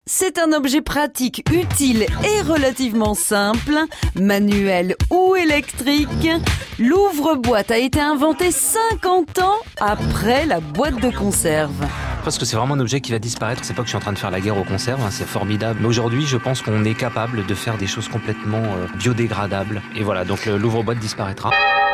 c'est un objet pratique, utile et relativement simple, manuel ou électrique. L'ouvre-boîte a été inventé 50 ans après la boîte de conserve. Parce que c'est vraiment un objet qui va disparaître. C'est pas que je suis en train de faire la guerre aux conserves, c'est formidable. Mais aujourd'hui, je pense qu'on est capable de faire des choses complètement biodégradables. Et voilà, donc l'ouvre-boîte disparaîtra.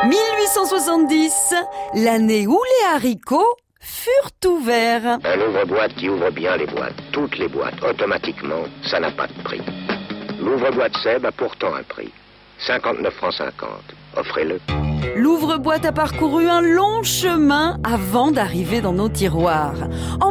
1870, l'année où les haricots furent ouverts. Un ouvre-boîte qui ouvre bien les boîtes, toutes les boîtes, automatiquement, ça n'a pas de prix. L'ouvre-boîte Seb a pourtant un prix. 59 francs 50. Offrez-le. L'ouvre-boîte a parcouru un long chemin avant d'arriver dans nos tiroirs. En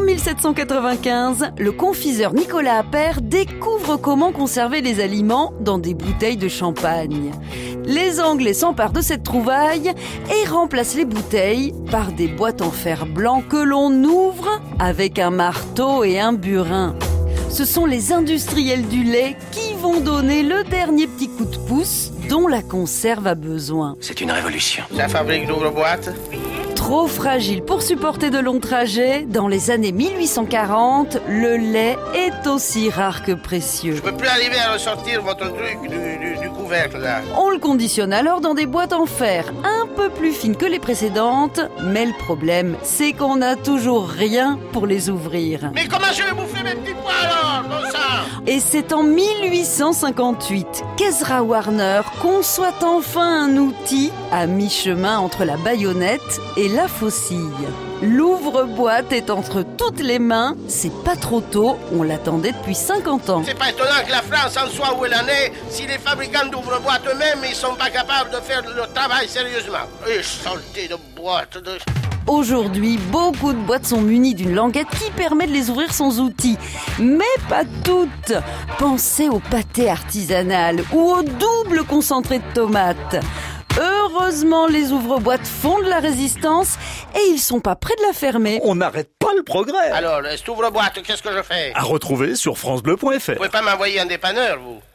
1795, le confiseur Nicolas Appert découvre comment conserver les aliments dans des bouteilles de champagne. Les Anglais s'emparent de cette trouvaille et remplacent les bouteilles par des boîtes en fer blanc que l'on ouvre avec un marteau et un burin. Ce sont les industriels du lait qui vont donner le dernier petit coup de pouce dont la conserve a besoin. C'est une révolution. Ça fabrique l'ouvre-boîte. Trop fragile pour supporter de longs trajets, dans les années 1840, le lait est aussi rare que précieux. Je peux plus arriver à ressortir votre truc du couvercle là. On le conditionne alors dans des boîtes en fer un peu plus fines que les précédentes, mais le problème, c'est qu'on n'a toujours rien pour les ouvrir. Mais comment je vais bouffer mes petits pois alors, bon sang? Et c'est en 1858 qu'Ezra Warner conçoit enfin un outil à mi-chemin entre la baïonnette et la faucille. L'ouvre-boîte est entre toutes les mains, c'est pas trop tôt, on l'attendait depuis 50 ans. C'est pas étonnant que la France en soit où elle en est, si les fabricants d'ouvre-boîtes eux-mêmes, ils sont pas capables de faire leur travail sérieusement. Et saleté de boîte de... Aujourd'hui, beaucoup de boîtes sont munies d'une languette qui permet de les ouvrir sans outil. Mais pas toutes. Pensez au pâté artisanal ou au double concentré de tomates. Heureusement, les ouvre-boîtes font de la résistance et ils sont pas près de la fermer. On n'arrête pas le progrès. Alors, cette ouvre-boîte, qu'est-ce que je fais? À retrouver sur francebleu.fr. Vous pouvez pas m'envoyer un dépanneur, vous?